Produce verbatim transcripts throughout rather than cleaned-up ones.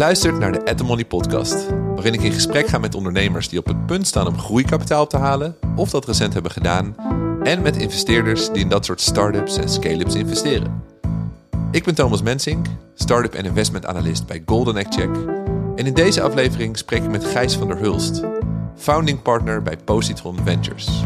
luistert naar de At The Money podcast, waarin ik in gesprek ga met ondernemers die op het punt staan om groeikapitaal op te halen of dat recent hebben gedaan, en met investeerders die in dat soort start-ups en scale-ups investeren. Ik ben Thomas Mensink, start-up en investment analyst bij Golden Egg Check, en in deze aflevering spreek ik met Gijs van der Hulst, founding partner bij Positron Ventures.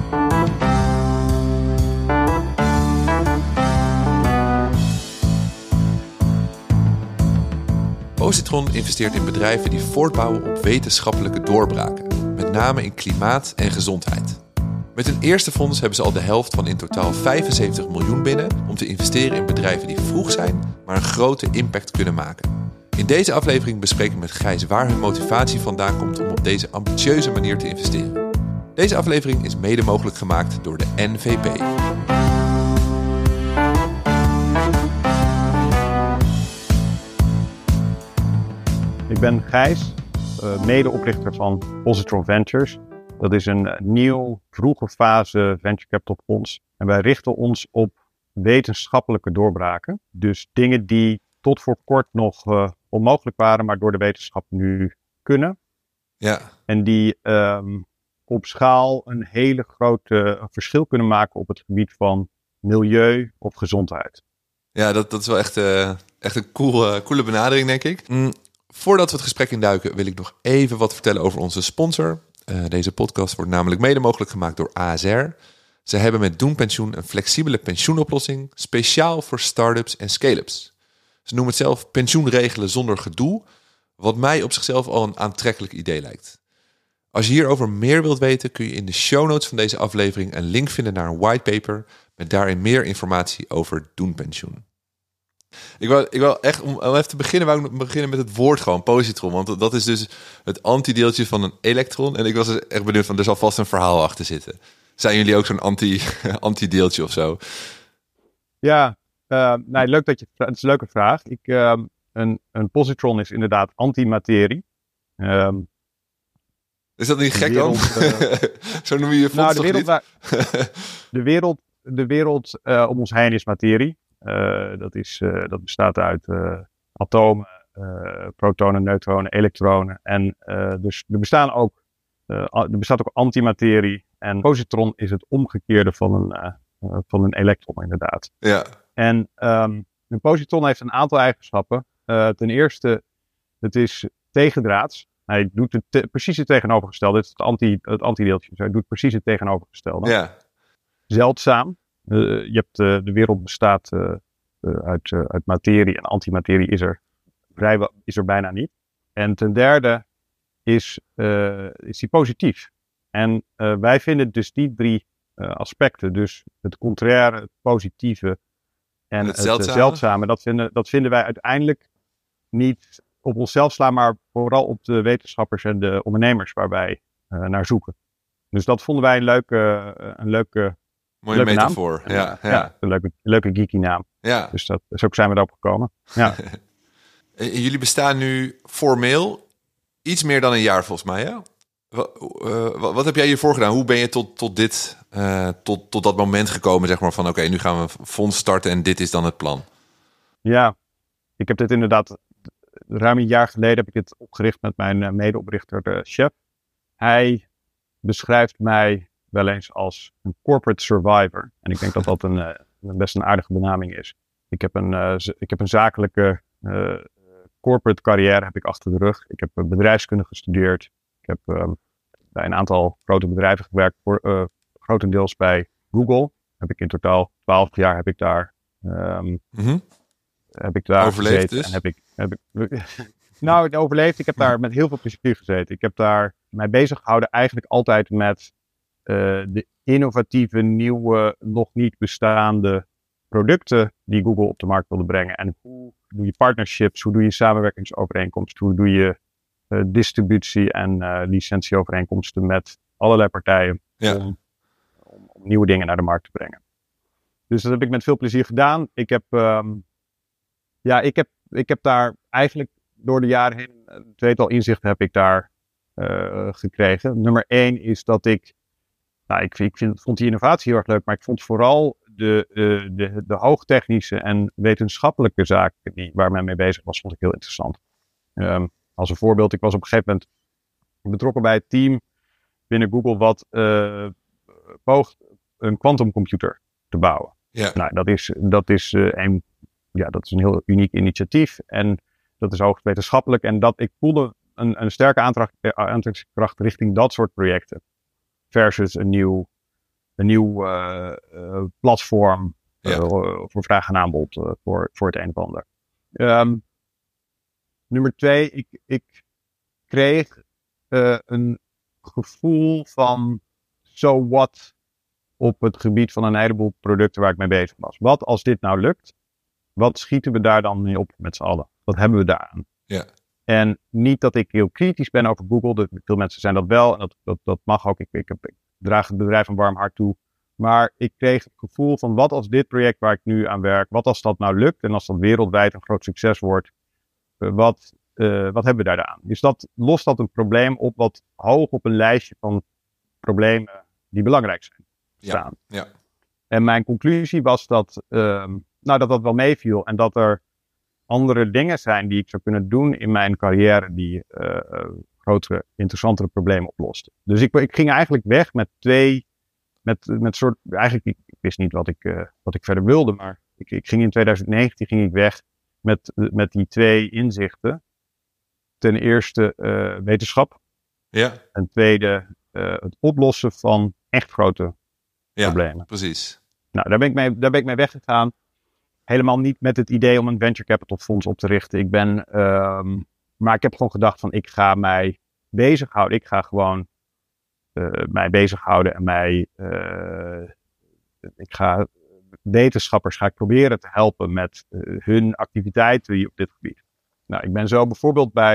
Positron investeert in bedrijven die voortbouwen op wetenschappelijke doorbraken, met name in klimaat en gezondheid. Met hun eerste fonds hebben ze al de helft van in totaal vijfenzeventig miljoen binnen om te investeren in bedrijven die vroeg zijn, maar een grote impact kunnen maken. In deze aflevering bespreek ik met Gijs waar hun motivatie vandaan komt om op deze ambitieuze manier te investeren. Deze aflevering is mede mogelijk gemaakt door de N V P. Ik ben Gijs, medeoprichter van Positron Ventures. Dat is een nieuw vroege fase venture capital fonds. En wij richten ons op wetenschappelijke doorbraken. Dus dingen die tot voor kort nog uh, onmogelijk waren, maar door de wetenschap nu kunnen. Ja. En die um, op schaal een hele grote verschil kunnen maken op het gebied van milieu of gezondheid. Ja, dat, dat is wel echt, uh, echt een cool, uh, coole benadering, denk ik. Mm. Voordat we het gesprek induiken, wil ik nog even wat vertellen over onze sponsor. Uh, deze podcast wordt namelijk mede mogelijk gemaakt door A S R. Ze hebben met Doen Pensioen een flexibele pensioenoplossing, speciaal voor start-ups en scale-ups. Ze noemen het zelf pensioenregelen zonder gedoe, wat mij op zichzelf al een aantrekkelijk idee lijkt. Als je hierover meer wilt weten, kun je in de show notes van deze aflevering een link vinden naar een whitepaper met daarin meer informatie over Doen Pensioen. Ik wil, ik wil echt, om even te beginnen, wou ik beginnen met het woord gewoon, positron. Want dat is dus het antideeltje van een elektron. En ik was er echt benieuwd van, er zal vast een verhaal achter zitten. Zijn jullie ook zo'n anti, antideeltje of zo? Ja, uh, nou, leuk dat je, het is een leuke vraag. Ik, uh, een, een positron is inderdaad antimaterie. Um, is dat niet gek dan? Uh, zo noem je je fonds nou, de toch wereld, niet? de wereld, de wereld uh, om ons heen is materie. Uh, dat, is, uh, dat bestaat uit uh, atomen, uh, protonen, neutronen, elektronen. En uh, dus er, bestaan ook, uh, er bestaat ook antimaterie. En positron is het omgekeerde van een, uh, uh, van een elektron, inderdaad. Ja. En um, een positron heeft een aantal eigenschappen. Uh, ten eerste, het is tegendraads. Hij doet het te, precies het tegenovergestelde. Dit is het, anti, het antideeltje. Dus hij doet precies het tegenovergestelde. Ja. Zeldzaam. Uh, je hebt, uh, de wereld bestaat uh, uh, uit, uh, uit materie en antimaterie is er, vrijwel, is er bijna niet. En ten derde is, uh, is die positief. En uh, wij vinden dus die drie uh, aspecten, dus het contraire, het positieve en het, het zeldzame, uh, zeldzame, dat vinden, dat vinden wij uiteindelijk niet op onszelf slaan, maar vooral op de wetenschappers en de ondernemers waar wij uh, naar zoeken. Dus dat vonden wij een leuke, uh, een leuke mooie metafoor. Ja, ja. ja, een leuke, leuke geeky naam. Ja. Dus dat, zo zijn we erop gekomen. Ja. Jullie bestaan nu formeel iets meer dan een jaar volgens mij, ja? Wat, uh, wat, wat heb jij hiervoor gedaan? Hoe ben je tot, tot dit, uh, tot, tot dat moment gekomen, zeg maar, van oké, okay, nu gaan we een fonds starten en dit is dan het plan? Ja, ik heb dit inderdaad, ruim een jaar geleden heb ik dit opgericht met mijn medeoprichter, de chef. Hij beschrijft mij wel eens als een corporate survivor. En ik denk dat dat een, uh, een best een aardige benaming is. Ik heb een, uh, z- ik heb een zakelijke uh, corporate carrière heb ik achter de rug. Ik heb uh, bedrijfskunde gestudeerd. Ik heb uh, bij een aantal grote bedrijven gewerkt. Voor, uh, grotendeels bij Google. Heb ik in totaal twaalf jaar heb ik daar, um, mm-hmm. heb ik daar overleefd gezeten. Dus? En heb ik, heb ik, nou, overleefd. Ik heb daar met heel veel plezier gezeten. Ik heb daar mij bezig gehouden eigenlijk altijd met Uh, de innovatieve, nieuwe, nog niet bestaande producten die Google op de markt wilde brengen. En hoe doe je partnerships, hoe doe je samenwerkingsovereenkomsten, hoe doe je uh, distributie en uh, licentieovereenkomsten met allerlei partijen ja. om, om, om nieuwe dingen naar de markt te brengen. Dus dat heb ik met veel plezier gedaan. Ik heb, um, ja, ik heb, ik heb daar eigenlijk door de jaren heen, een tweetal inzichten heb ik daar uh, gekregen. Nummer één is dat ik Nou, ik, ik vind, vond die innovatie heel erg leuk, maar ik vond vooral de, uh, de, de hoogtechnische en wetenschappelijke zaken die, waar men mee bezig was, vond ik heel interessant. Um, als een voorbeeld, ik was op een gegeven moment betrokken bij het team binnen Google wat uh, poogt een quantumcomputer te bouwen. Ja. Nou, dat is, dat is, uh, een, ja, dat is een heel uniek initiatief en dat is hoogst wetenschappelijk. En dat, ik voelde een, een sterke aantrekkingskracht richting dat soort projecten versus een nieuw, een nieuw uh, uh, platform ja. uh, voor vraag en aanbod uh, voor, voor het een of ander. Um, nummer twee, ik, ik kreeg uh, een gevoel van so what op het gebied van een heleboel producten waar ik mee bezig was. Wat als dit nou lukt? Wat schieten we daar dan mee op met z'n allen? Wat hebben we daaraan? Ja. En niet dat ik heel kritisch ben over Google. De, veel mensen zijn dat wel en dat, dat, dat mag ook. Ik, ik, heb, ik draag het bedrijf een warm hart toe. Maar ik kreeg het gevoel van wat als dit project waar ik nu aan werk, wat als dat nou lukt en als dat wereldwijd een groot succes wordt, uh, wat, uh, wat hebben we daar aan? Dus dat lost dat een probleem op wat hoog op een lijstje van problemen die belangrijk zijn staan. Ja, ja. En mijn conclusie was dat, um, nou, dat dat wel meeviel en dat er andere dingen zijn die ik zou kunnen doen in mijn carrière die uh, uh, grotere, interessantere problemen oplosten. Dus ik, ik ging eigenlijk weg met twee, met, met soort, eigenlijk, ik, ik wist niet wat ik, uh, wat ik verder wilde, maar ik, ik ging in twintig negentien ging ik weg met, met die twee inzichten. Ten eerste uh, wetenschap. Ja. En tweede uh, het oplossen van echt grote ja, problemen. Precies. Nou, daar ben ik mee, daar ben ik mee weggegaan. Helemaal niet met het idee om een venture capital fonds op te richten. Ik ben, um, maar ik heb gewoon gedacht van ik ga mij bezighouden. Ik ga gewoon uh, mij bezighouden en mij, uh, ik ga wetenschappers ga ik proberen te helpen met uh, hun activiteiten op dit gebied. Nou, ik ben zo bijvoorbeeld bij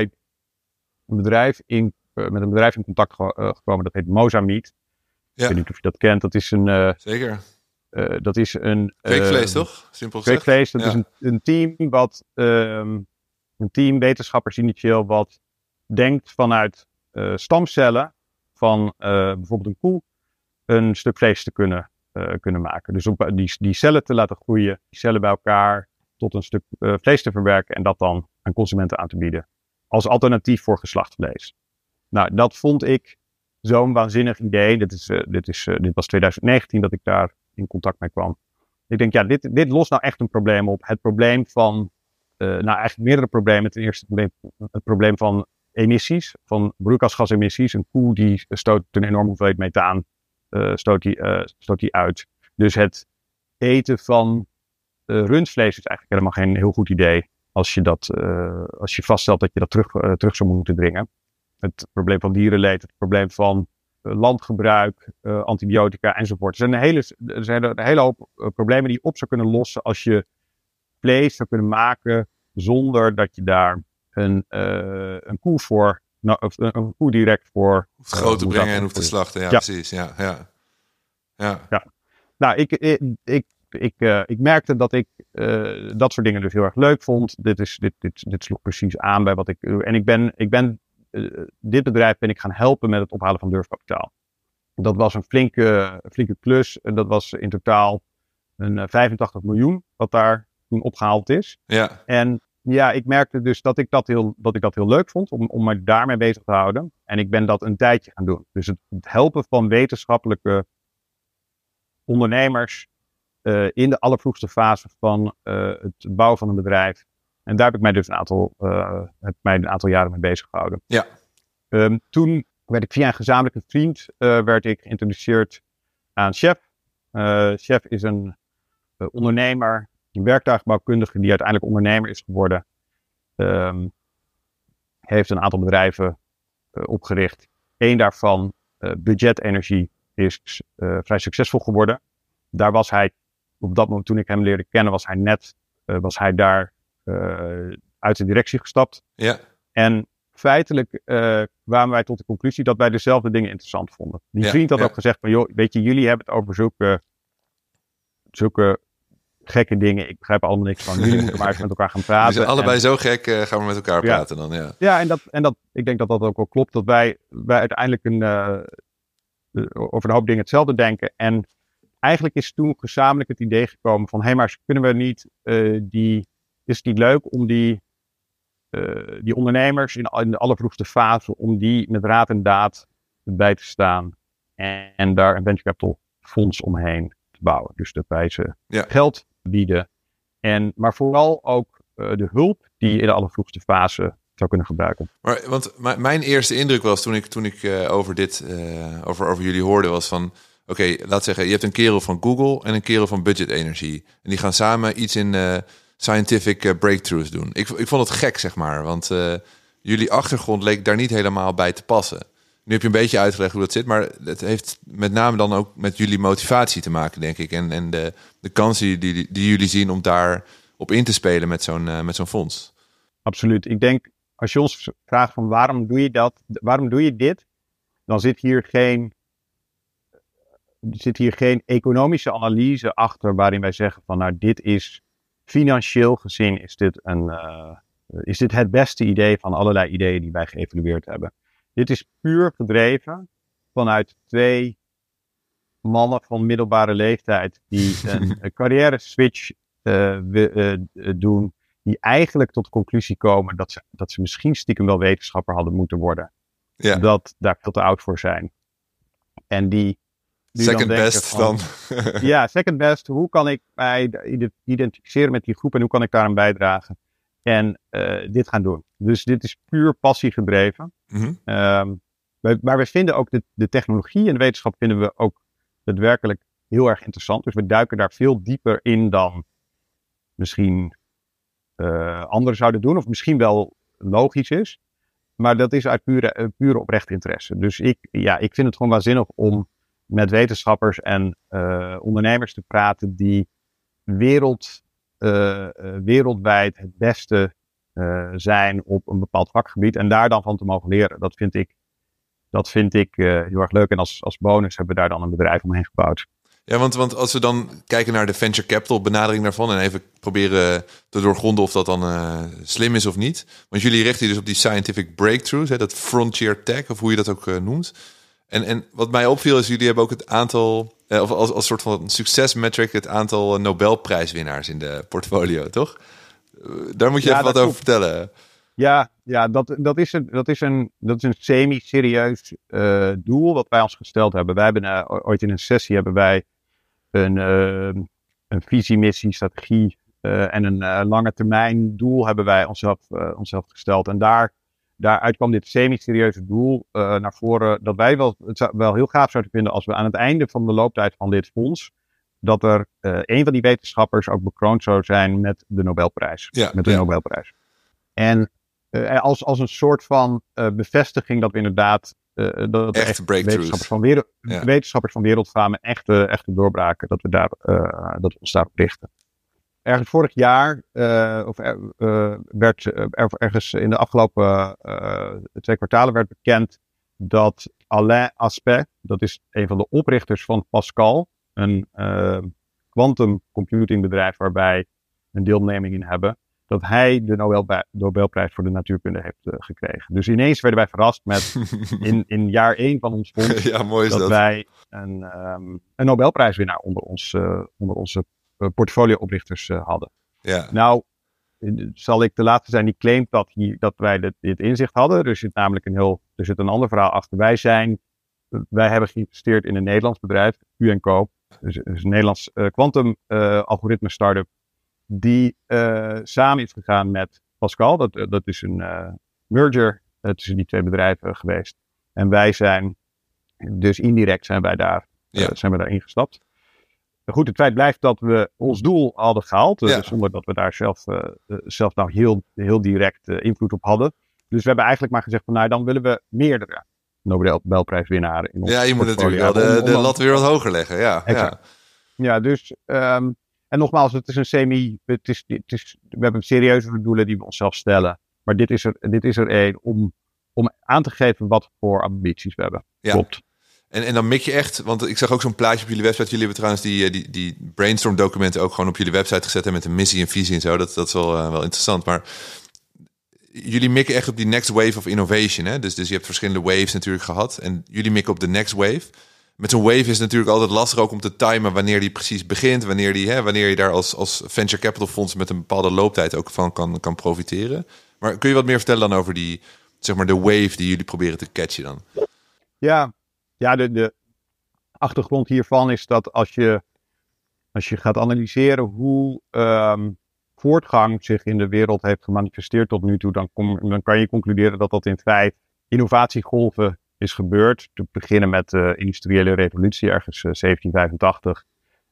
een bedrijf in, uh, met een bedrijf in contact ge- uh, gekomen dat heet Mozameat. Ja. Ik weet niet of je dat kent. Dat is een. Uh, Zeker. Uh, dat is een... Kweekvlees, uh, toch? Simpel gezegd. Kweekvlees, dat ja. is een, een team wat... Um, een team wetenschappers initieel wat denkt vanuit uh, stamcellen van uh, bijvoorbeeld een koe een stuk vlees te kunnen, uh, kunnen maken. Dus op die, die cellen te laten groeien, die cellen bij elkaar tot een stuk uh, vlees te verwerken en dat dan aan consumenten aan te bieden. Als alternatief voor geslachtvlees. Nou, dat vond ik zo'n waanzinnig idee. Dit, is, uh, dit, is, uh, dit was twintig negentien dat ik daar in contact mee kwam. Ik denk, ja, dit, dit lost nou echt een probleem op. Het probleem van, uh, nou eigenlijk meerdere problemen. Ten eerste het probleem, het probleem van emissies, van broeikasgasemissies. Een koe die stoot een enorme hoeveelheid methaan, uh, stoot, die, uh, stoot die uit. Dus het eten van uh, rundvlees is eigenlijk helemaal geen heel goed idee. Als je, dat, uh, als je vaststelt dat je dat terug, uh, terug zou moeten dringen. Het probleem van dierenleed, het probleem van uh, landgebruik, uh, antibiotica enzovoort. Er zijn een hele, er zijn een hele hoop uh, problemen die je op zou kunnen lossen als je vlees zou kunnen maken zonder dat je daar een, uh, een koe voor, nou, of een, een koe direct voor hoeft groot te uh, brengen en hoeft te slachten. Ja, ja. precies. Ja, ja. Ja. ja. Nou, ik, ik, ik, ik, uh, ik merkte dat ik uh, dat soort dingen dus heel erg leuk vond. Dit, is, dit, dit, dit sloeg precies aan bij wat ik doe. En ik ben, ik ben uh, dit bedrijf ben ik gaan helpen met het ophalen van durfkapitaal. Dat was een flinke, flinke klus. Dat was in totaal een uh, vijfentachtig miljoen wat daar toen opgehaald is. Ja. En ja, ik merkte dus dat ik dat heel, dat ik dat heel leuk vond om, om me daarmee bezig te houden. En ik ben dat een tijdje gaan doen. Dus het, het helpen van wetenschappelijke ondernemers uh, in de allervroegste fase van uh, het bouwen van een bedrijf. En daar heb ik mij dus een aantal, uh, heb mij een aantal jaren mee bezig gehouden. Ja. Um, toen werd ik via een gezamenlijke vriend uh, werd ik geïntroduceerd aan Chef. Uh, Chef is een uh, ondernemer, een werktuigbouwkundige die uiteindelijk ondernemer is geworden. Um, heeft een aantal bedrijven uh, opgericht. Eén daarvan, uh, Budget Energie, is uh, vrij succesvol geworden. Daar was hij, op dat moment toen ik hem leerde kennen, was hij net, uh, was hij daar uh, uit de directie gestapt. Ja. En feitelijk uh, kwamen wij tot de conclusie dat wij dezelfde dingen interessant vonden. Die ja, vriend had ja. ook gezegd van, joh, weet je, jullie hebben het over zulke, zulke gekke dingen. Ik begrijp er allemaal niks van. Jullie moeten maar eens met elkaar gaan praten. We zijn allebei en, zo gek, uh, gaan we met elkaar ja, praten dan, ja. Ja, en, dat, en dat, ik denk dat dat ook wel klopt. Dat wij, wij uiteindelijk een, uh, over een hoop dingen hetzelfde denken. En eigenlijk is toen gezamenlijk het idee gekomen van, hé, hey, maar kunnen we niet uh, die, is het niet leuk om die uh, die ondernemers in, in de allervroegste fase, om die met raad en daad bij te staan. En, en daar een venture capital fonds omheen te bouwen. Dus dat wij ze ja. geld bieden. En, maar vooral ook uh, de hulp die je in de allervroegste fase zou kunnen gebruiken. Maar, want m- mijn eerste indruk was toen ik, toen ik uh, over dit, uh, over, over jullie hoorde, was van, oké, okay, laat zeggen, je hebt een kerel van Google en een kerel van Budget Energy. En die gaan samen iets in uh, scientific uh, breakthroughs doen. Ik, ik vond het gek, zeg maar, want uh, jullie achtergrond leek daar niet helemaal bij te passen. Nu heb je een beetje uitgelegd hoe dat zit, maar het heeft met name dan ook met jullie motivatie te maken, denk ik. En, en de, de kansen die, die, die jullie zien om daar op in te spelen met zo'n, uh, met zo'n fonds. Absoluut. Ik denk, als je ons vraagt van waarom doe je dat, waarom doe je dit, dan zit hier geen, zit hier geen economische analyse achter waarin wij zeggen van, nou, dit is financieel gezien, is dit, een, uh, is dit het beste idee van allerlei ideeën die wij geëvalueerd hebben. Dit is puur gedreven vanuit twee mannen van middelbare leeftijd die een, een carrière switch uh, we, uh, doen, die eigenlijk tot de conclusie komen dat ze, dat ze misschien stiekem wel wetenschapper hadden moeten worden. Ja. Dat daar veel te oud voor zijn. En die... die second dan best van, dan. Ja, second best. Hoe kan ik mij identificeren met die groep en hoe kan ik daar aan bijdragen? En uh, dit gaan doen. Dus dit is puur passie gedreven. Mm-hmm. Um, wij, maar we vinden ook de, de technologie en de wetenschap vinden we ook daadwerkelijk heel erg interessant. Dus we duiken daar veel dieper in dan misschien uh, anderen zouden doen. Of misschien wel logisch is. Maar dat is uit pure, uh, pure oprecht interesse. Dus ik, ja, ik vind het gewoon waanzinnig om met wetenschappers en uh, ondernemers te praten die wereld... Uh, uh, wereldwijd het beste uh, zijn op een bepaald vakgebied en daar dan van te mogen leren. Dat vind ik, dat vind ik uh, heel erg leuk. En als, als bonus hebben we daar dan een bedrijf omheen gebouwd. Ja, want, want als we dan kijken naar de venture capital benadering daarvan en even proberen te doorgronden of dat dan uh, slim is of niet. Want jullie richten je dus op die scientific breakthroughs, hè, dat frontier tech of hoe je dat ook uh, noemt. En, en wat mij opviel is, jullie hebben ook het aantal, eh, of als, als soort van succesmetric, het aantal Nobelprijswinnaars in de portfolio, toch? Uh, daar moet je ja, even wat over vertellen. Ja, ja dat, dat, is een, dat, is een, dat is een semi-serieus uh, doel wat wij ons gesteld hebben. Wij hebben uh, ooit in een sessie hebben wij een, uh, een visie, missie, strategie uh, en een uh, lange termijn doel hebben wij onszelf, uh, onszelf gesteld. En daar Daaruit kwam dit semi-serieuze doel uh, naar voren dat wij wel, het zou, wel heel gaaf zouden vinden als we aan het einde van de looptijd van dit fonds, dat er uh, een van die wetenschappers ook bekroond zou zijn met de Nobelprijs. Ja, met de ja. Nobelprijs. En uh, als, als een soort van uh, bevestiging dat we inderdaad uh, dat echt, echt wetenschappers van, wereld, ja. wetenschappers van wereldfaam en echte, echte doorbraken, dat we, daar, uh, dat we ons daarop richten. Ergens vorig jaar, uh, of er, uh, werd uh, ergens in de afgelopen uh, twee kwartalen werd bekend dat Alain Aspect, dat is een van de oprichters van Pascal, een uh, quantum computing bedrijf waar wij een deelneming in hebben, dat hij de Nobel, Nobelprijs voor de natuurkunde heeft uh, gekregen. Dus ineens werden wij verrast met in, in jaar één van ons fonds ja, mooi is dat, dat wij een, um, een Nobelprijswinnaar onder, ons, uh, onder onze portfolio-oprichters uh, hadden. Ja. Nou, zal ik de laatste zijn die claimt dat, hier, dat wij dit, dit inzicht hadden. Er zit namelijk een heel, er zit een ander verhaal achter. Wij zijn, wij hebben geïnvesteerd in een Nederlands bedrijf, U en Co. Dus, dus een Nederlands quantum uh, uh, algoritme start-up die uh, samen is gegaan met Pascal. Dat, uh, dat is een uh, merger uh, tussen die twee bedrijven geweest. En wij zijn, dus indirect zijn wij daar, ja. uh, zijn we daar ingestapt. Goed, het feit blijft dat we ons doel hadden gehaald. Ja. Uh, zonder dat we daar zelf, uh, zelf nou heel, heel direct uh, invloed op hadden. Dus we hebben eigenlijk maar gezegd van nou, dan willen we meerdere Nobelprijswinnaar in ons Ja, je moet natuurlijk wel de, de lat weer wat hoger leggen. Ja, ja. ja dus um, en nogmaals, het is een semi, het is, het is, we hebben serieuze doelen die we onszelf stellen. Maar dit is er, dit is er één om, om aan te geven wat voor ambities we hebben. Ja. Klopt. En, en dan mik je echt, want ik zag ook zo'n plaatje op jullie website. Jullie hebben trouwens die, die, die brainstorm documenten ook gewoon op jullie website gezet. En met een missie en visie en zo. Dat, dat is wel, uh, wel interessant. Maar jullie mikken echt op die next wave of innovation. Hè? Dus, dus je hebt verschillende waves natuurlijk gehad. En jullie mikken op de next wave. Met zo'n wave is het natuurlijk altijd lastig ook om te timen wanneer die precies begint. Wanneer, die, hè, wanneer je daar als, als venture capital fonds met een bepaalde looptijd ook van kan, kan profiteren. Maar kun je wat meer vertellen dan over die, zeg maar, de wave die jullie proberen te catchen dan? Ja, ja de, de achtergrond hiervan is dat als je, als je gaat analyseren hoe um, voortgang zich in de wereld heeft gemanifesteerd tot nu toe, dan, kom, dan kan je concluderen dat dat in vijf innovatiegolven is gebeurd. Te beginnen met de industriële revolutie, ergens uh, zeventien vijfentachtig.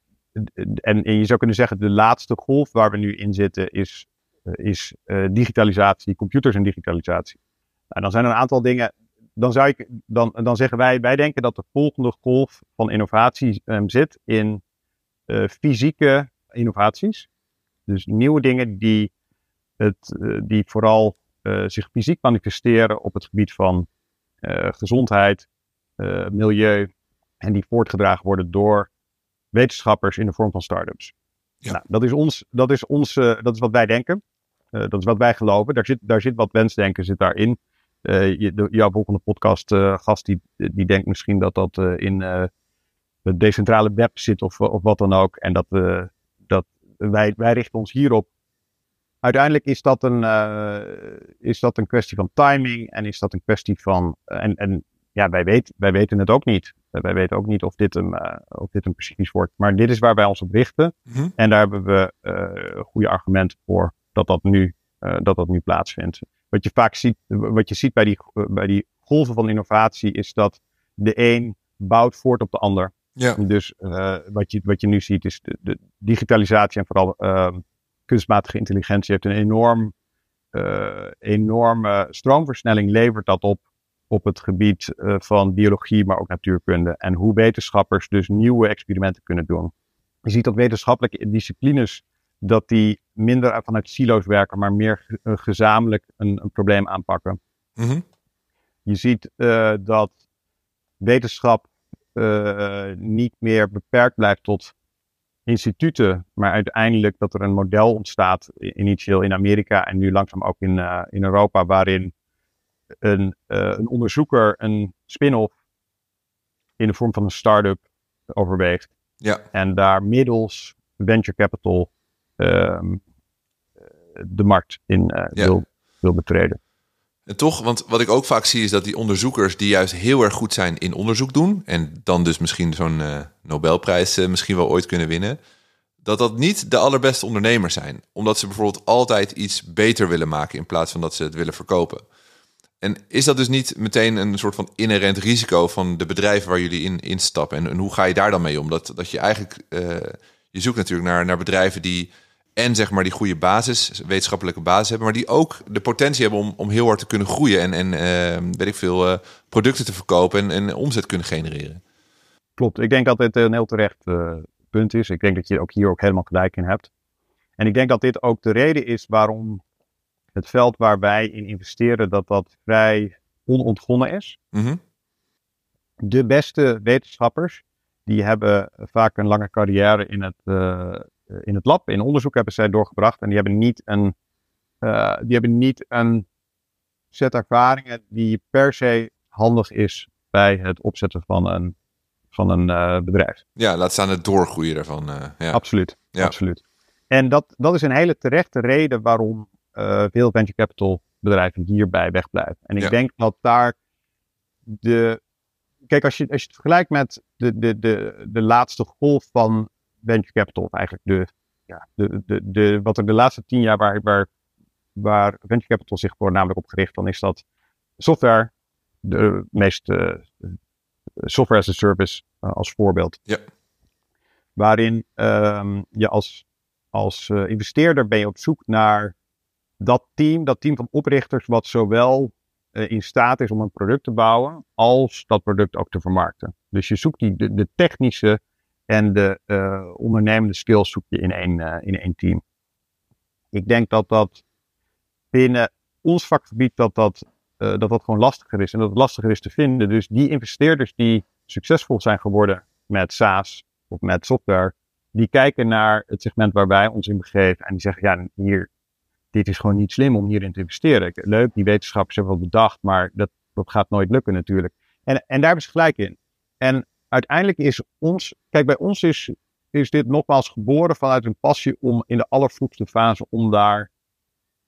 En, en je zou kunnen zeggen, de laatste golf waar we nu in zitten is, uh, is uh, digitalisatie, computers en digitalisatie. Nou, dan zijn er een aantal dingen. Dan, zou ik, dan, dan zeggen wij, wij denken dat de volgende golf van innovatie um, zit in uh, fysieke innovaties. Dus nieuwe dingen die, het, uh, die vooral uh, zich fysiek manifesteren op het gebied van uh, gezondheid, uh, milieu en die voortgedragen worden door wetenschappers in de vorm van start-ups. Ja. Nou, dat is ons, dat is ons, uh, dat is wat wij denken. Uh, dat is wat wij geloven. Daar zit, daar zit wat wensdenken zit daarin. Uh, je, de, jouw volgende podcast uh, gast die, die denkt misschien dat dat uh, in uh, het decentrale web zit of, of wat dan ook. En dat, uh, dat wij, wij richten ons hierop. Uiteindelijk is dat een, uh, is dat een kwestie van timing en is dat een kwestie van... Uh, en, en ja, wij, weet, wij weten het ook niet. Uh, wij weten ook niet of dit, hem, uh, of dit hem precies wordt. Maar dit is waar wij ons op richten. Mm-hmm. En daar hebben we uh, goede argumenten voor dat dat nu, uh, dat dat nu plaatsvindt. Wat je vaak ziet, wat je ziet bij die, bij die golven van innovatie is dat de een bouwt voort op de ander. Ja. Dus uh, wat, je, wat je nu ziet is de, de digitalisatie en vooral uh, kunstmatige intelligentie heeft een enorm, uh, enorme stroomversnelling levert dat op op het gebied uh, van biologie, maar ook natuurkunde. En hoe wetenschappers dus nieuwe experimenten kunnen doen. Je ziet dat wetenschappelijke disciplines dat die minder vanuit silo's werken, maar meer ge- gezamenlijk een, een probleem aanpakken. Mm-hmm. Je ziet uh, dat wetenschap uh, niet meer beperkt blijft tot instituten, maar uiteindelijk dat er een model ontstaat, initieel in Amerika en nu langzaam ook in, uh, in Europa, waarin een, uh, een onderzoeker een spin-off in de vorm van een start-up overweegt. Ja. En daar middels venture capital Um, de markt in uh, ja. wil, wil betreden. En toch, want wat ik ook vaak zie is dat die onderzoekers die juist heel erg goed zijn in onderzoek doen en dan dus misschien zo'n uh, Nobelprijs uh, misschien wel ooit kunnen winnen, dat dat niet de allerbeste ondernemers zijn. Omdat ze bijvoorbeeld altijd iets beter willen maken in plaats van dat ze het willen verkopen. En is dat dus niet meteen een soort van inherent risico van de bedrijven waar jullie in instappen? En, en hoe ga je daar dan mee om? Dat, dat je eigenlijk, uh, je zoekt natuurlijk naar, naar bedrijven die en zeg maar die goede basis, wetenschappelijke basis hebben, maar die ook de potentie hebben om, om heel hard te kunnen groeien en, en uh, weet ik veel, uh, producten te verkopen en, en omzet kunnen genereren. Klopt, ik denk dat dit een heel terecht uh, punt is. Ik denk dat je ook hier ook helemaal gelijk in hebt. En ik denk dat dit ook de reden is waarom het veld waar wij in investeren, dat dat vrij onontgonnen is. Mm-hmm. De beste wetenschappers, die hebben vaak een lange carrière in het, uh, in het lab, in onderzoek hebben zij doorgebracht. En die hebben niet een, uh, die hebben niet een set ervaringen die per se handig is bij het opzetten van een, van een uh, bedrijf. Ja, laat staan het doorgroeien daarvan. Uh, ja. Absoluut, ja. absoluut. En dat, dat is een hele terechte reden waarom Uh, veel venture capital bedrijven hierbij wegblijven. En ik ja. denk dat daar de... Kijk, als je, als je het vergelijkt met de, de, de, de laatste golf van venture capital, of eigenlijk de, ja, de, de, de, wat er de laatste tien jaar waar, waar, waar venture capital zich voornamelijk op gericht, dan is dat software, de meest uh, software as a service uh, als voorbeeld. Ja. Waarin um, je als, als uh, investeerder ben je op zoek naar dat team, dat team van oprichters wat zowel uh, in staat is om een product te bouwen, als dat product ook te vermarkten. Dus je zoekt die, de, de technische en de uh, ondernemende skills zoek je in één, uh, in één team. Ik denk dat dat binnen ons vakgebied dat dat, uh, dat dat gewoon lastiger is en dat het lastiger is te vinden. Dus die investeerders die succesvol zijn geworden met SaaS of met software, die kijken naar het segment waar wij ons in begeven en die zeggen, ja, hier dit is gewoon niet slim om hierin te investeren. Leuk, die wetenschappers hebben wel bedacht, maar dat, dat gaat nooit lukken natuurlijk. En, en daar hebben ze gelijk in. En uiteindelijk is ons, kijk, bij ons is, is dit nogmaals geboren vanuit een passie om in de allervroegste fase om daar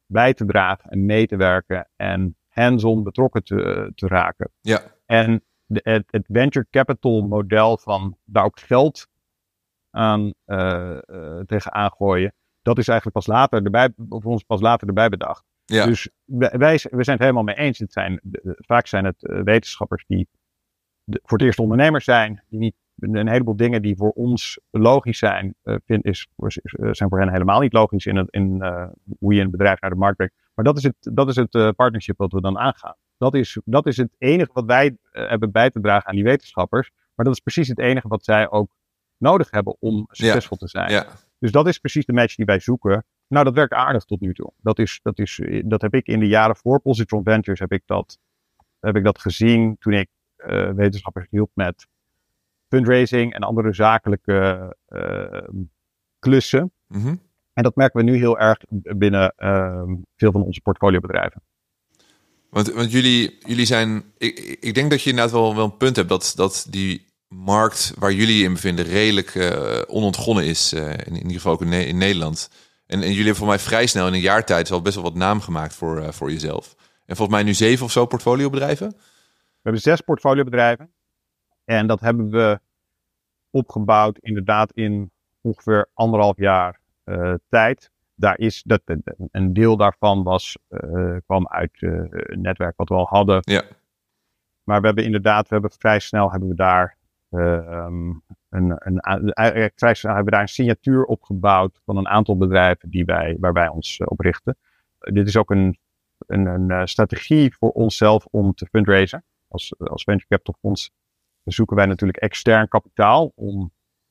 bij te dragen en mee te werken en hands-on betrokken te, te raken. Ja. En de, het, het venture capital model van daar ook geld aan uh, uh, tegenaan gooien, dat is eigenlijk pas later erbij, voor ons pas later erbij bedacht. Ja. Dus wij, wij zijn het helemaal mee eens. Het zijn, vaak zijn het uh, wetenschappers die de, voor het eerst ondernemers zijn, die niet een heleboel dingen die voor ons logisch zijn, uh, vind, is, uh, zijn voor hen helemaal niet logisch in, het, in uh, hoe je een bedrijf naar de markt brengt. Maar dat is het, dat is het uh, partnership wat we dan aangaan. Dat is, dat is het enige wat wij uh, hebben bij te dragen aan die wetenschappers. Maar dat is precies het enige wat zij ook nodig hebben om succesvol ja. te zijn. Ja. Dus dat is precies de match die wij zoeken. Nou, dat werkt aardig tot nu toe. Dat, is, dat, is, dat heb ik in de jaren voor Positron Ventures heb ik dat, heb ik dat gezien toen ik uh, wetenschappers hielp met fundraising en andere zakelijke uh, klussen. Mm-hmm. En dat merken we nu heel erg binnen uh, veel van onze portfoliobedrijven. Want, want jullie, jullie zijn... Ik, ik denk dat je inderdaad wel, wel een punt hebt dat, dat die markt waar jullie in bevinden redelijk uh, onontgonnen is. Uh, in, in ieder geval ook in, ne- in Nederland. En, en jullie hebben voor mij vrij snel in een jaar tijd wel best wel wat naam gemaakt voor, uh, voor jezelf. En volgens mij nu zeven of zo portfoliobedrijven. We hebben zes portfoliobedrijven. En dat hebben we opgebouwd inderdaad in ongeveer anderhalf jaar uh, tijd. Daar is dat, een deel daarvan was, uh, kwam uit uh, een netwerk wat we al hadden. Ja. Maar we hebben inderdaad, we hebben vrij snel hebben we daar uh, um, een, een, een, vrij snel hebben we daar een signatuur opgebouwd van een aantal bedrijven die wij, waar wij ons uh, op richten. Uh, dit is ook een, een, een uh, strategie voor onszelf om te fundraisen. Als, als venture capital fonds zoeken wij natuurlijk extern kapitaal om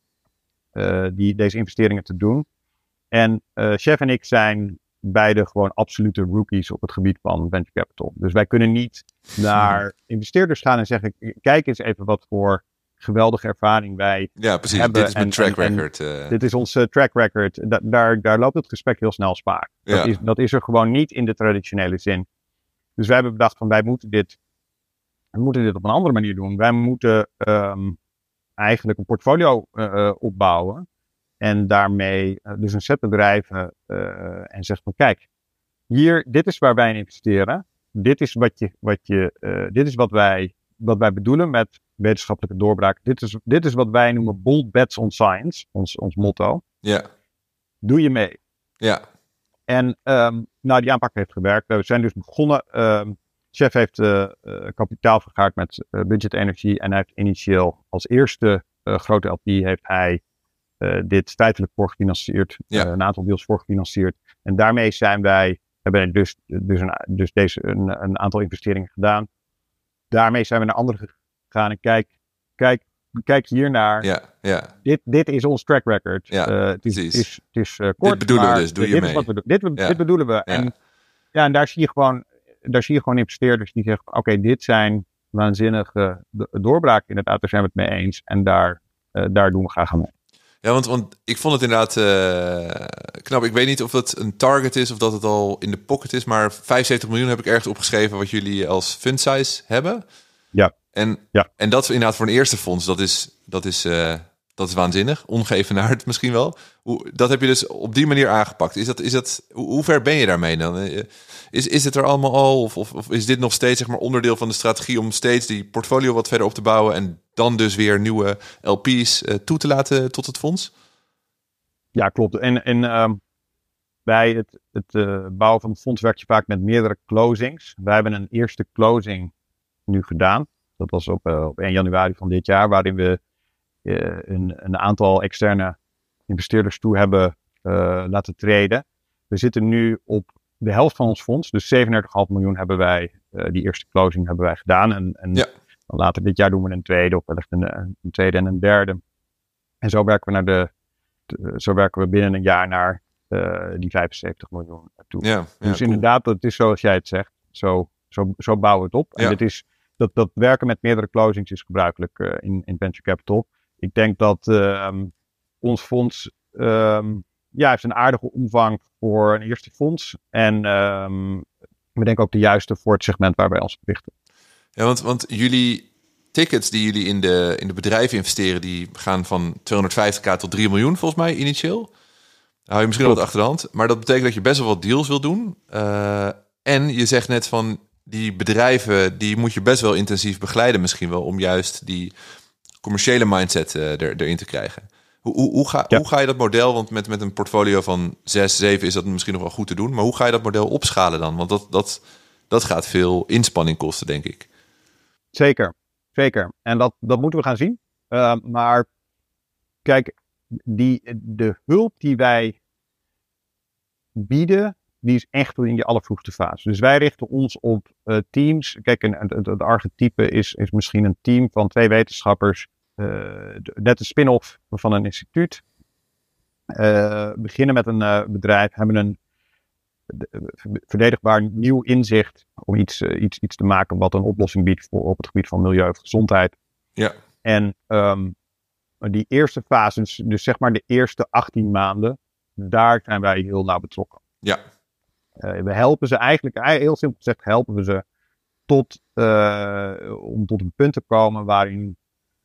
uh, die, deze investeringen te doen. En uh, Chef en ik zijn beide gewoon absolute rookies op het gebied van venture capital. Dus wij kunnen niet naar investeerders gaan en zeggen, kijk eens even wat voor geweldige ervaring wij ja, precies. hebben. Dit is mijn en, track en, record. Uh... Dit is onze track record. Da- daar, daar loopt het gesprek heel snel spaak. Ja. Dat, is, dat is er gewoon niet in de traditionele zin. Dus wij hebben bedacht van wij moeten dit, we moeten dit op een andere manier doen. Wij moeten um, eigenlijk een portfolio uh, opbouwen. En daarmee uh, dus een set bedrijven uh, en zegt van kijk, hier, dit is waar wij in investeren. Dit is wat je, wat je, uh, dit is wat wij, wat wij bedoelen met wetenschappelijke doorbraak. Dit is, dit is wat wij noemen bold bets on science, ons, ons motto. Ja. Doe je mee? Ja. En um, nou, die aanpak heeft gewerkt. We zijn dus begonnen. Um, Chef heeft uh, uh, kapitaal vergaard met uh, Budget Energy en hij heeft initieel als eerste uh, grote L P heeft hij Uh, dit feitelijk voorgefinancierd, ja. uh, een aantal deals voorgefinancierd. En daarmee zijn wij, hebben dus, dus, een, dus deze, een, een aantal investeringen gedaan. Daarmee zijn we naar anderen gegaan en kijk, kijk, kijk hiernaar. Ja, ja. Dit, dit is ons track record. Ja, uh, het is, het is, het is uh, kort, dit bedoelen maar we dus, doe je dit mee. Is wat we doen. Dit, ja. dit bedoelen we. Ja. En, ja, en daar zie je gewoon, daar zie je gewoon investeerders die zeggen, oké, okay, dit zijn waanzinnige doorbraken inderdaad, daar zijn we het mee eens. En daar, uh, daar doen we graag aan mee. Ja, want, want ik vond het inderdaad uh, knap. Ik weet niet of het een target is of dat het al in de pocket is. Maar vijfenzeventig miljoen heb ik ergens opgeschreven wat jullie als fund size hebben. Ja. En, ja. en dat inderdaad voor een eerste fonds, dat is, dat is, uh, dat is waanzinnig. Ongeëvenaard misschien wel. Hoe, dat heb je dus op die manier aangepakt. Is dat, is dat, hoe, hoe ver ben je daarmee dan? Is, is het er allemaal al? Of, of, of is dit nog steeds zeg maar, onderdeel van de strategie om steeds die portfolio wat verder op te bouwen en dan dus weer nieuwe L P's uh, toe te laten tot het fonds? Ja, klopt. En, en uh, bij het, het uh, bouwen van het fonds werk je vaak met meerdere closings. Wij hebben een eerste closing nu gedaan. Dat was op, uh, op één januari van dit jaar, waarin we uh, een, een aantal externe investeerders toe hebben uh, laten treden. We zitten nu op de helft van ons fonds, dus zevenendertig komma vijf miljoen hebben wij, uh, die eerste closing hebben wij gedaan. En, en ja. dan later dit jaar doen we een tweede, of wellicht een, een tweede en een derde. En zo werken we naar de, de zo werken we binnen een jaar naar uh, die vijfenzeventig miljoen toe. Ja, ja, dus cool. inderdaad, het is zoals jij het zegt, zo, zo, zo bouwen we het op. En ja. dit is, dat, dat werken met meerdere closings is gebruikelijk uh, in, in venture capital. Ik denk dat uh, um, ons fonds um, ja, heeft een aardige omvang voor een eerste fonds. En um, we denken ook de juiste voor het segment waar wij ons op richten. Ja, want, want jullie tickets die jullie in de, in de bedrijven investeren, die gaan van tweehonderdvijftigduizend tot drie miljoen volgens mij initieel. hou je misschien wel wat achter de hand. Maar dat betekent dat je best wel wat deals wil doen. Uh, en je zegt net van die bedrijven, die moet je best wel intensief begeleiden misschien wel, om juist die commerciële mindset uh, er, erin te krijgen. Hoe, hoe, hoe, ga, ja. hoe ga je dat model, want met, met een portfolio van zes, zeven is dat misschien nog wel goed te doen, maar hoe ga je dat model opschalen dan? Want dat, dat, dat gaat veel inspanning kosten, denk ik. Zeker, zeker. En dat, dat moeten we gaan zien. Uh, maar kijk, die, de hulp die wij bieden, die is echt in die allervroegste fase. Dus wij richten ons op uh, teams. Kijk, het archetype is, is misschien een team van twee wetenschappers. Uh, net een spin-off van een instituut. Uh, beginnen met een uh, bedrijf, hebben een verdedigbaar nieuw inzicht om iets, uh, iets, iets te maken wat een oplossing biedt voor, op het gebied van milieu of gezondheid. Ja. En um, die eerste fase, dus, dus zeg maar de eerste achttien maanden, daar zijn wij heel nauw betrokken. Ja. Uh, we helpen ze eigenlijk, heel simpel gezegd, helpen we ze tot, uh, om tot een punt te komen waarin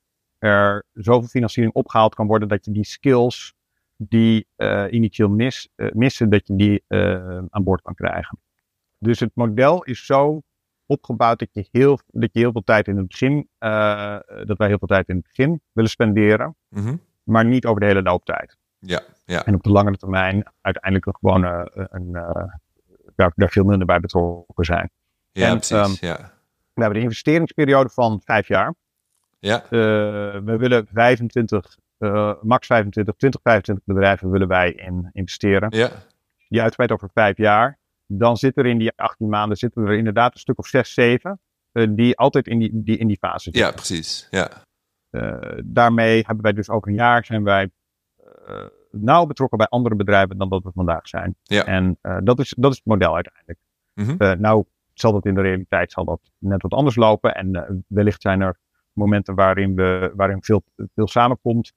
er zoveel financiering opgehaald kan worden dat je die skills die uh, initieel mis, uh, missen, dat je die uh, aan boord kan krijgen. Dus het model is zo opgebouwd dat je heel, dat je heel veel tijd in het begin, uh, dat wij heel veel tijd in het begin willen spenderen, mm-hmm. maar niet over de hele looptijd. Ja, ja. En op de langere termijn uiteindelijk gewoon uh, een, uh, daar, daar veel minder bij betrokken zijn. Ja, en, precies. Um, ja. We hebben de investeringsperiode van vijf jaar. Ja. Uh, we willen vijfentwintig, uh, max vijfentwintig, twintig, vijfentwintig bedrijven willen wij in investeren. Ja. Die uitgebreid over vijf jaar. Dan zitten er in die achttien maanden zitten er inderdaad een stuk of zes, zeven. Uh, die altijd in die, die, in die fase zitten. Ja, precies. Ja. Uh, daarmee hebben wij dus over een jaar zijn wij uh, nauw betrokken bij andere bedrijven dan dat we vandaag zijn. Ja. En uh, dat, is, dat is het model uiteindelijk. Mm-hmm. Uh, nou zal dat in de realiteit zal dat net wat anders lopen. En uh, wellicht zijn er momenten waarin, we, waarin veel, veel samenkomt.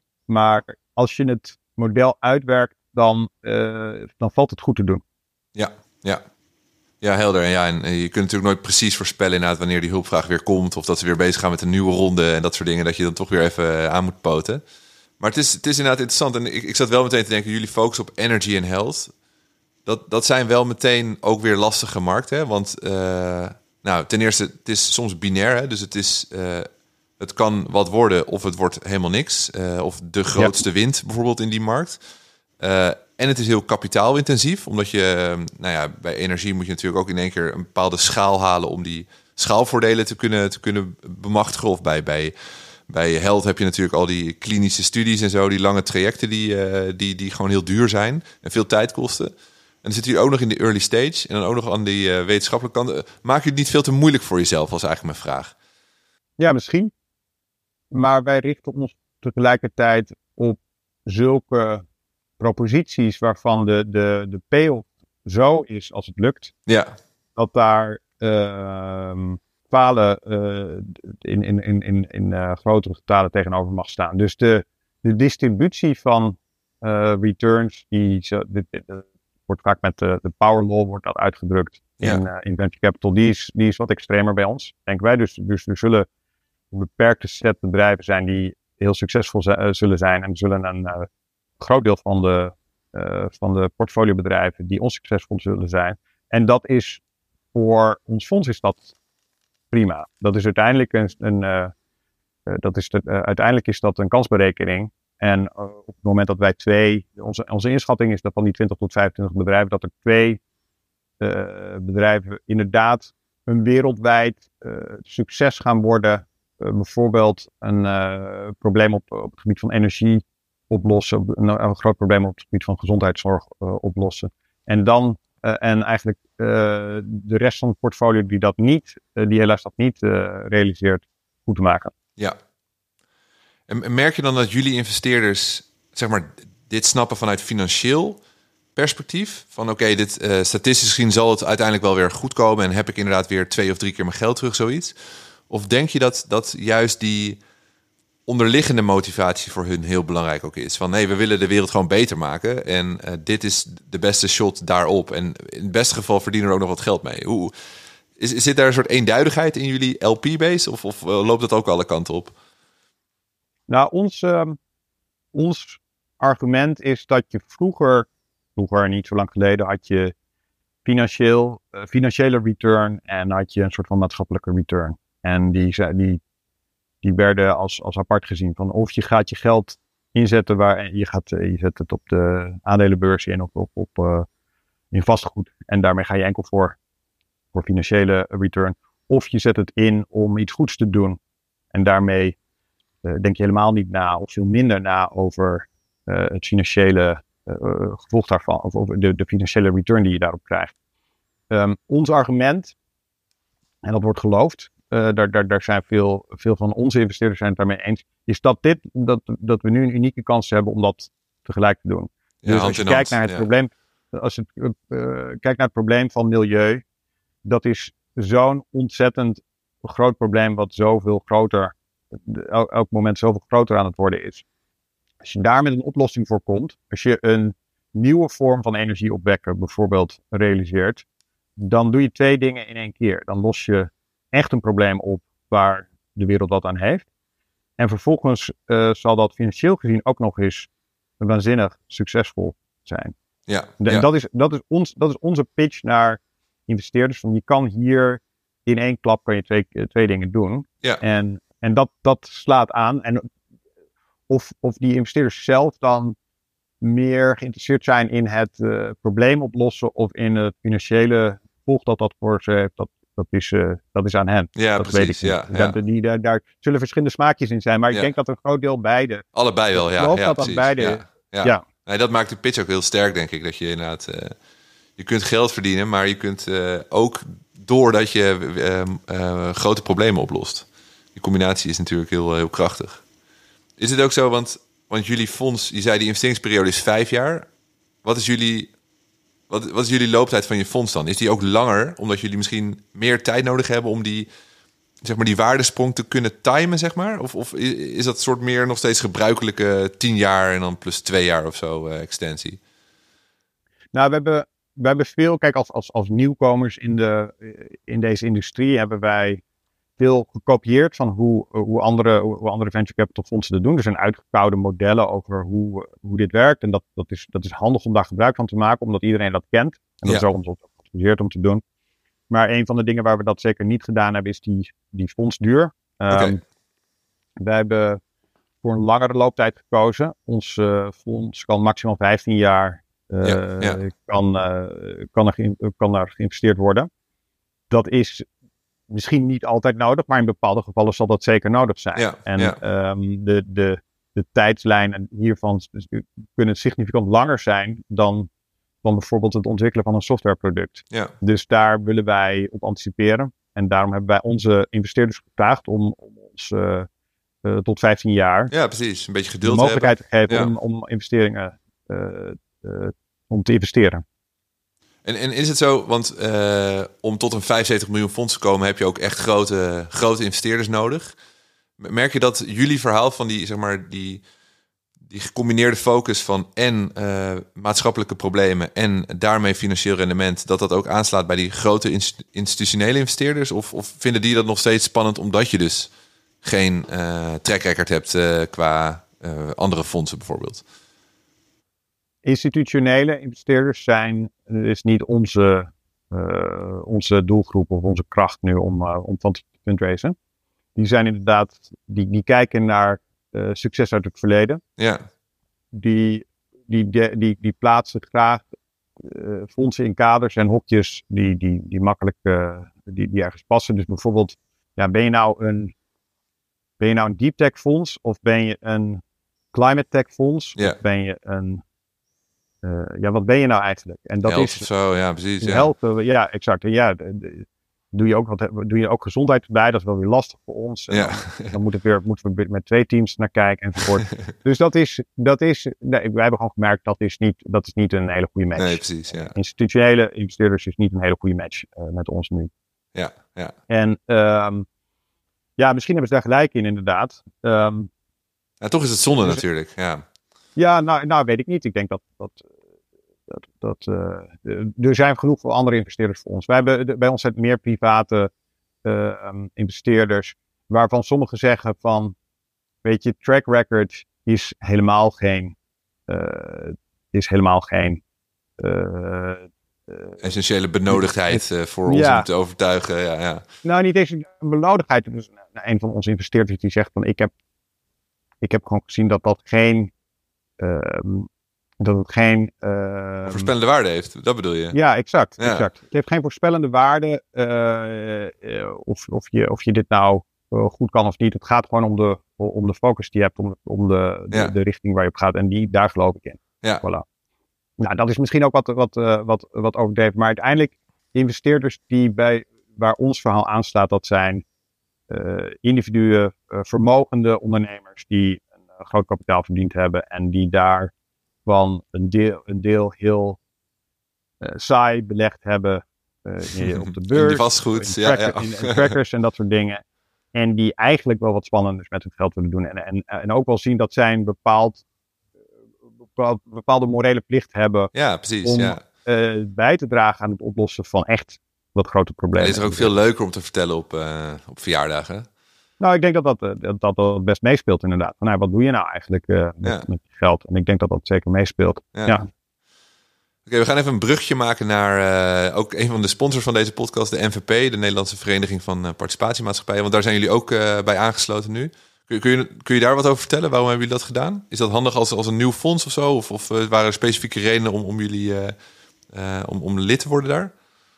Maar als je het model uitwerkt, dan, uh, dan valt het goed te doen. Ja, ja. Ja, helder. En, ja, en je kunt natuurlijk nooit precies voorspellen inderdaad wanneer die hulpvraag weer komt. Of dat ze weer bezig gaan met een nieuwe ronde en dat soort dingen. Dat je dan toch weer even aan moet poten. Maar het is, het is inderdaad interessant. En ik, ik zat wel meteen te denken, jullie focussen op energy en health. Dat, dat zijn wel meteen ook weer lastige markten. Hè? Want uh, nou, ten eerste, het is soms binair. Hè? Dus het is... Uh, Het kan wat worden of het wordt helemaal niks. Uh, of de grootste ja. wint bijvoorbeeld in die markt. Uh, en het is heel kapitaalintensief. Omdat je, uh, nou ja, bij energie moet je natuurlijk ook in één keer een bepaalde schaal halen om die schaalvoordelen te kunnen, te kunnen bemachtigen. Of bij, bij, bij health heb je natuurlijk al die klinische studies en zo. Die lange trajecten die, uh, die, die gewoon heel duur zijn en veel tijd kosten. En dan zit je ook nog in de early stage. En dan ook nog aan die uh, wetenschappelijke kant. Uh, maak je het niet veel te moeilijk voor jezelf, was eigenlijk mijn vraag. Ja, misschien. Maar wij richten ons tegelijkertijd op zulke proposities waarvan de, de, de payoff zo is als het lukt. Ja. Dat daar uh, falen uh, in, in, in, in, in uh, grotere getalen tegenover mag staan. Dus de, de distributie van uh, returns, die zo, dit, dit, dit wordt vaak met de, de power law wordt dat uitgedrukt ja. in, uh, in venture capital. Die is, die is wat extremer bij ons, denken wij. Dus, dus we zullen een beperkte set bedrijven zijn die heel succesvol z- uh, zullen zijn. En we zullen een uh, groot deel van de, uh, van de portfoliobedrijven die onsuccesvol zullen zijn. En dat is voor ons fonds is dat prima. Dat is uiteindelijk een, een uh, uh, dat is de, uh, uiteindelijk is dat een kansberekening. En uh, op het moment dat wij twee, onze, onze inschatting is dat van die twintig tot vijfentwintig bedrijven, dat er twee uh, bedrijven inderdaad een wereldwijd uh, succes gaan worden. Uh, bijvoorbeeld een uh, probleem op, op het gebied van energie oplossen, een, een groot probleem op het gebied van gezondheidszorg uh, oplossen. En dan uh, en eigenlijk uh, de rest van het portfolio die dat niet, uh, die helaas dat niet uh, realiseert, goed te maken. Ja. En merk je dan dat jullie investeerders, zeg maar, dit snappen vanuit financieel perspectief? Van oké, okay, dit uh, statistisch gezien zal het uiteindelijk wel weer goed komen en heb ik inderdaad weer twee of drie keer mijn geld terug, zoiets? Of denk je dat, dat juist die onderliggende motivatie voor hun heel belangrijk ook is? Van nee, we willen de wereld gewoon beter maken en uh, dit is de beste shot daarop. En in het beste geval verdienen we er ook nog wat geld mee. Hoe, is, zit daar een soort eenduidigheid in jullie L P-base of, of uh, loopt dat ook alle kanten op? Nou, ons, uh, ons argument is dat je vroeger, vroeger niet zo lang geleden, had je financieel, uh, financiële return en had je een soort van maatschappelijke return. En die, die, die werden als, als apart gezien. Van of je gaat je geld inzetten waar je gaat, je zet het op de aandelenbeurs in of op, op uh, in vastgoed. En daarmee ga je enkel voor, voor financiële return. Of je zet het in om iets goeds te doen. En daarmee uh, denk je helemaal niet na of veel minder na over uh, het financiële uh, gevolg daarvan. Of over de, de financiële return die je daarop krijgt. Um, ons argument, en dat wordt geloofd, uh, daar, daar, daar zijn veel, veel van onze investeerders zijn het daarmee eens, is dat, dit, dat, dat we nu een unieke kans hebben om dat tegelijk te doen. Ja, dus als je kijkt naar het ja. probleem, als je uh, kijkt naar het probleem van milieu, dat is zo'n ontzettend groot probleem wat zoveel groter, elk, elk moment zoveel groter aan het worden is. Als je daar met een oplossing voor komt, als je een nieuwe vorm van energie opwekken bijvoorbeeld realiseert, dan doe je twee dingen in één keer. Dan los je echt een probleem op waar de wereld wat aan heeft. En vervolgens uh, zal dat financieel gezien ook nog eens waanzinnig succesvol zijn. Ja, en ja. Dat, is, dat, is ons, dat is onze pitch naar investeerders. Van je kan hier in één klap kan je twee, twee dingen doen. Ja. En, en dat, dat slaat aan. En of, of die investeerders zelf dan meer geïnteresseerd zijn in het uh, probleem oplossen of in het financiële gevolg dat dat voor ze heeft, dat, dat, is, uh, dat is aan hen. Ja, dat precies. weet ik ja, niet. ja. Daar, die, daar, daar zullen verschillende smaakjes in zijn, maar ik ja. denk dat een groot deel beide. Allebei wel, ja. Ik geloof ja, dat precies. dat beide. Ja, ja. ja. Nee, dat maakt de pitch ook heel sterk, denk ik. Dat je inderdaad, uh, je kunt geld verdienen, maar je kunt uh, ook doordat je uh, uh, grote problemen oplost. Die combinatie is natuurlijk heel, heel krachtig. Is het ook zo, want, want jullie fonds, je zei die investeringsperiode is vijf jaar. Wat is jullie, wat, wat is jullie looptijd van je fonds dan? Is die ook langer, omdat jullie misschien meer tijd nodig hebben om die, zeg maar, die waardesprong te kunnen timen, zeg maar? Of, of is dat soort meer nog steeds gebruikelijke tien jaar en dan plus twee jaar of zo uh, extensie? Nou, we hebben, we hebben veel, kijk, als, als, als nieuwkomers in, de, in deze industrie hebben wij veel gekopieerd van hoe, hoe, andere, hoe andere venture capital fondsen dat doen. Er zijn uitgebouwde modellen over hoe, hoe dit werkt. En dat, dat, is, dat is handig om daar gebruik van te maken, omdat iedereen dat kent. En dat ja. is ook ons geadviseerd om te doen. Maar een van de dingen waar we dat zeker niet gedaan hebben, is die, die fondsduur. Okay. Um, wij hebben voor een langere looptijd gekozen. Ons uh, fonds kan maximaal vijftien jaar uh, ja, ja. Kan, uh, kan, er ge- kan daar geïnvesteerd worden. Dat is misschien niet altijd nodig, maar in bepaalde gevallen zal dat zeker nodig zijn. Ja, en ja. Um, de, de, de tijdslijnen hiervan kunnen significant langer zijn dan, dan bijvoorbeeld het ontwikkelen van een softwareproduct. Ja. Dus daar willen wij op anticiperen. En daarom hebben wij onze investeerders gevraagd om, om ons uh, uh, tot vijftien jaar ja, precies. Een beetje geduld de mogelijkheid te, te geven ja. om, om investeringen uh, uh, om te investeren. En, en is het zo, want uh, om tot een vijfenzeventig miljoen fonds te komen heb je ook echt grote, grote investeerders nodig. Merk je dat jullie verhaal van die, zeg maar, die, die gecombineerde focus van en uh, maatschappelijke problemen en daarmee financieel rendement, dat dat ook aanslaat bij die grote inst- institutionele investeerders? Of, of vinden die dat nog steeds spannend omdat je dus geen uh, track record hebt uh, qua uh, andere fondsen bijvoorbeeld? Institutionele investeerders zijn is niet onze, uh, onze doelgroep of onze kracht nu om, uh, om van te fundraisen. Die zijn inderdaad, die, die kijken naar uh, succes uit het verleden. Ja. Die, die, die, die, die plaatsen graag uh, fondsen in kaders en hokjes die, die, die makkelijk uh, die, die ergens passen. Dus bijvoorbeeld, ja, ben je nou een ben je nou een deep tech fonds of ben je een climate tech fonds? Ja. Of ben je een Uh, ja, wat ben je nou eigenlijk? En dat Health is of zo, ja, precies. Ja, health, uh, ja exact. En ja, de, de, doe je ook wat, doe je ook gezondheid erbij? Dat is wel weer lastig voor ons. En ja. Dan, dan moet het weer, moeten we met twee teams naar kijken enzovoort. Dus dat is, dat is, nee, wij hebben gewoon gemerkt dat is niet, dat is niet een hele goede match. Nee, precies. Ja. Institutionele investeerders is niet een hele goede match uh, met ons nu. Ja, ja. En um, ja, misschien hebben ze daar gelijk in, inderdaad. Um, ja, toch is het zonde dus, natuurlijk. Ja. Ja, nou, nou weet ik niet. Ik denk dat, dat, dat, dat uh, er zijn genoeg voor andere investeerders voor ons. Wij hebben de, bij ons zijn meer private uh, um, investeerders, waarvan sommigen zeggen van, weet je, track record is helemaal geen uh, is helemaal geen uh, essentiële benodigdheid uh, voor ons ja. om te overtuigen. Ja, ja. Nou, niet eens een benodigdheid. Dus een van onze investeerders die zegt van ik heb, ik heb gewoon gezien dat dat geen uh, dat het geen uh, voorspellende waarde heeft. Dat bedoel je? Ja, exact. Ja. exact. Het heeft geen voorspellende waarde uh, uh, of, of, je, of je dit nou uh, goed kan of niet. Het gaat gewoon om de, om de focus die je hebt, om, om de, de, ja. de richting waar je op gaat. En die, daar geloof ik in. Ja. Voilà. Nou, dat is misschien ook wat, wat, uh, wat, wat overdreven. Maar uiteindelijk, investeerders die bij, waar ons verhaal aanslaat, dat zijn uh, individuen, uh, vermogende ondernemers die een uh, groot kapitaal verdiend hebben en die daarvan een deel, een deel heel uh, saai belegd hebben uh, op de beurs. In de vastgoed, in ja. Tracker, ja. In, in trackers en dat soort dingen. En die eigenlijk wel wat spannenders met het geld willen doen. En, en, en ook wel zien dat zij een bepaald bepaalde morele plicht hebben ja, precies, om ja. uh, bij te dragen aan het oplossen van echt wat grote problemen. Het is er ook veel leuker om te vertellen op, uh, op verjaardagen. Nou, ik denk dat dat, uh, dat dat best meespeelt inderdaad. Van, nou, wat doe je nou eigenlijk uh, met, ja. met je geld? En ik denk dat dat zeker meespeelt. Ja. ja. Oké, okay, we gaan even een brugje maken naar uh, ook een van de sponsors van deze podcast, de N V P, de Nederlandse Vereniging van uh, Participatiemaatschappijen. Want daar zijn jullie ook uh, bij aangesloten nu. Kun je, kun, je, kun je daar wat over vertellen? Waarom hebben jullie dat gedaan? Is dat handig als, als een nieuw fonds of zo? Of, of uh, waren er specifieke redenen om, om jullie uh, uh, om, om lid te worden daar?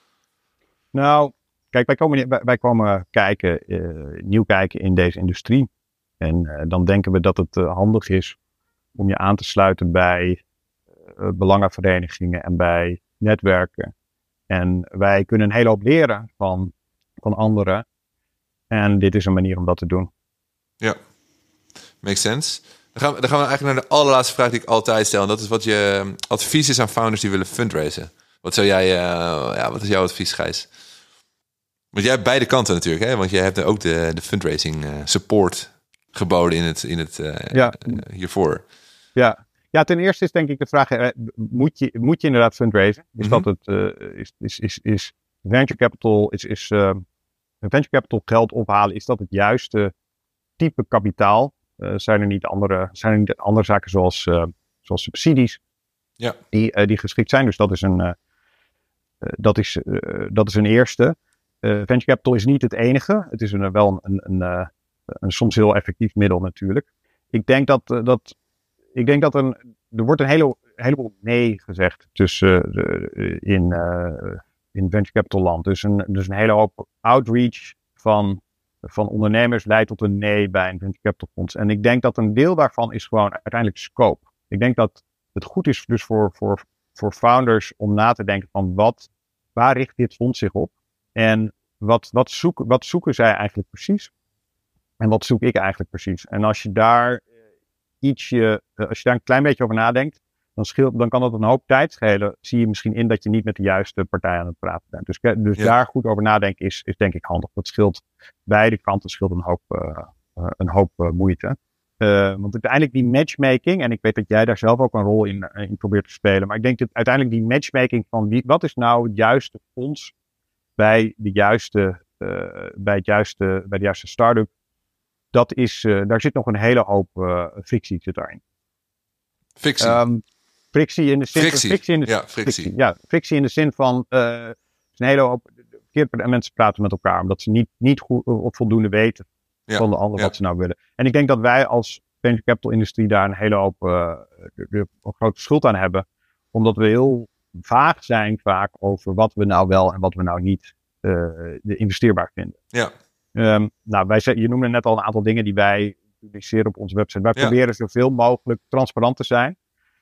Nou, kijk, wij komen, wij, wij komen kijken, uh, nieuw kijken in deze industrie. En uh, dan denken we dat het uh, handig is om je aan te sluiten bij uh, belangenverenigingen en bij netwerken. En wij kunnen een hele hoop leren van, van anderen. En dit is een manier om dat te doen. Ja, makes sense. Dan gaan, we, dan gaan we eigenlijk naar de allerlaatste vraag die ik altijd stel. En dat is wat je advies is aan founders die willen fundraisen. Wat zou jij, uh, ja, wat is jouw advies, Gijs? Want jij hebt beide kanten natuurlijk, hè? Want jij hebt ook de, de fundraising uh, support geboden in het, in het uh, ja. uh, hiervoor. Ja. ja, ten eerste is denk ik de vraag, uh, moet, je, moet je inderdaad fundraisen? Is mm-hmm. dat het, uh, is, is, is, is venture capital, is, is uh, venture capital geld ophalen, is dat het juiste type kapitaal? Uh, zijn er niet andere, zijn er niet andere zaken zoals, uh, zoals subsidies ja. die, uh, die geschikt zijn? Dus dat is een, uh, uh, dat is, uh, dat is een eerste. Uh, venture capital is niet het enige. Het is een, wel een, een, een, een soms heel effectief middel natuurlijk. Ik denk dat, uh, dat, ik denk dat een, er wordt een hele, heleboel nee gezegd tussen, uh, in, uh, in venture capital land. Dus een, dus een hele hoop outreach van van ondernemers leidt tot een nee bij een venture capital fonds. En ik denk dat een deel daarvan is gewoon uiteindelijk scope. Ik denk dat het goed is dus voor, voor, voor founders om na te denken van wat, waar richt dit fonds zich op? En wat, wat, zoeken, wat zoeken zij eigenlijk precies? En wat zoek ik eigenlijk precies? En als je daar ietsje, als je daar een klein beetje over nadenkt, dan, scheelt, dan kan dat een hoop tijd schelen. Zie je misschien in dat je niet met de juiste partij aan het praten bent. Dus, dus ja. daar goed over nadenken is, is denk ik handig. Dat scheelt beide kanten scheelt een hoop, uh, uh, een hoop uh, moeite. Uh, want uiteindelijk die matchmaking, en ik weet dat jij daar zelf ook een rol in, in probeert te spelen, maar ik denk dat uiteindelijk die matchmaking van wie, wat is nou het juiste fonds bij de juiste, uh, bij het juiste, bij de juiste start-up, dat is, uh, daar zit nog een hele hoop uh, frictie zit daarin. Frictie? Um, frictie in de zin frictie. frictie in de, ja, frictie. frictie. Ja, frictie in de zin van uh, een hele hoop verkeerde mensen praten met elkaar omdat ze niet, niet goed of voldoende weten ja, van de ander ja. wat ze nou willen. En ik denk dat wij als venture capital industrie daar een hele hoop uh, een grote schuld aan hebben, omdat we heel vaag zijn vaak over wat we nou wel en wat we nou niet uh, investeerbaar vinden. Ja. Um, nou, wij, je noemde net al een aantal dingen die wij publiceren op onze website. Wij ja. proberen zoveel mogelijk transparant te zijn.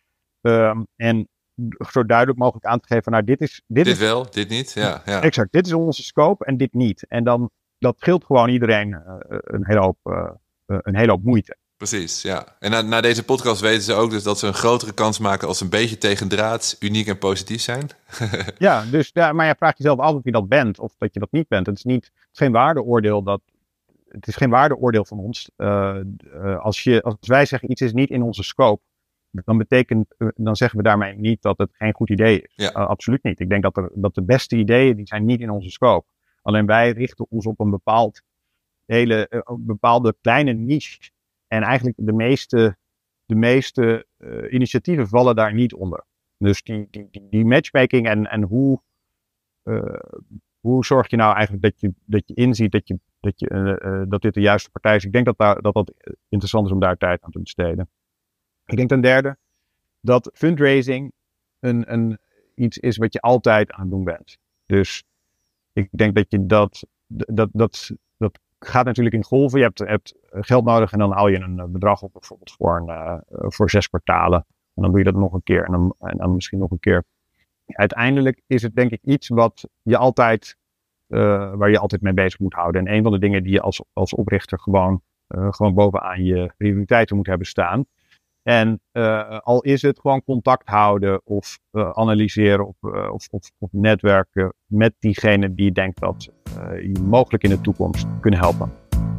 Um, en zo duidelijk mogelijk aan te geven, nou dit is... Dit, dit is, wel, dit niet. Ja, ja. Exact, dit is onze scope en dit niet. En dan, dat scheelt gewoon iedereen uh, een, hele hoop, uh, een hele hoop moeite. Precies, ja. En na, na deze podcast weten ze ook dus dat ze een grotere kans maken als ze een beetje tegendraads, uniek en positief zijn. ja, dus, ja, maar je vraagt jezelf af of je dat bent of dat je dat niet bent. Het is, niet, het is geen waardeoordeel dat... Het is geen waardeoordeel van ons. Uh, uh, als, je, als wij zeggen iets is niet in onze scope, dan betekent, uh, dan zeggen we daarmee niet dat het geen goed idee is. Ja. Uh, absoluut niet. Ik denk dat, er, dat de beste ideeën, die zijn niet in onze scope. Alleen wij richten ons op een bepaald hele, uh, een bepaalde kleine niche. En eigenlijk de meeste, de meeste uh, initiatieven vallen daar niet onder. Dus die, die, die, die matchmaking en, en hoe, uh, hoe zorg je nou eigenlijk dat je, dat je inziet dat, je, dat, je, uh, uh, dat dit de juiste partij is. Ik denk dat, daar, dat dat interessant is om daar tijd aan te besteden. Ik denk ten derde dat fundraising een, een, iets is wat je altijd aan het doen bent. Dus ik denk dat je dat, dat, dat, dat gaat natuurlijk in golven. Je hebt, hebt geld nodig en dan haal je een bedrag op, bijvoorbeeld voor, een, uh, voor zes kwartalen. En dan doe je dat nog een keer en dan, en dan misschien nog een keer. Uiteindelijk is het denk ik iets wat je altijd, uh, waar je altijd mee bezig moet houden. En een van de dingen die je als, als oprichter gewoon, uh, gewoon bovenaan je prioriteiten moet hebben staan. En uh, al is het gewoon contact houden of uh, analyseren of, uh, of, of, of netwerken met diegene die je denkt dat uh, je mogelijk in de toekomst kunnen helpen.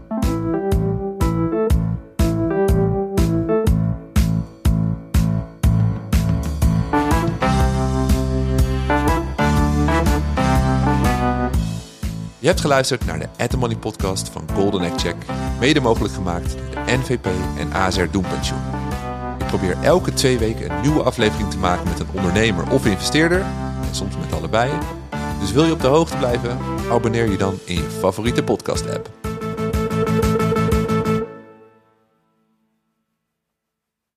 Je hebt geluisterd naar de At The Money podcast van Golden Egg Check, mede mogelijk gemaakt door de N V P en A Z R Doenpensioen. Ik probeer elke twee weken een nieuwe aflevering te maken met een ondernemer of investeerder, en soms met allebei. Dus wil je op de hoogte blijven? Abonneer je dan in je favoriete podcast app.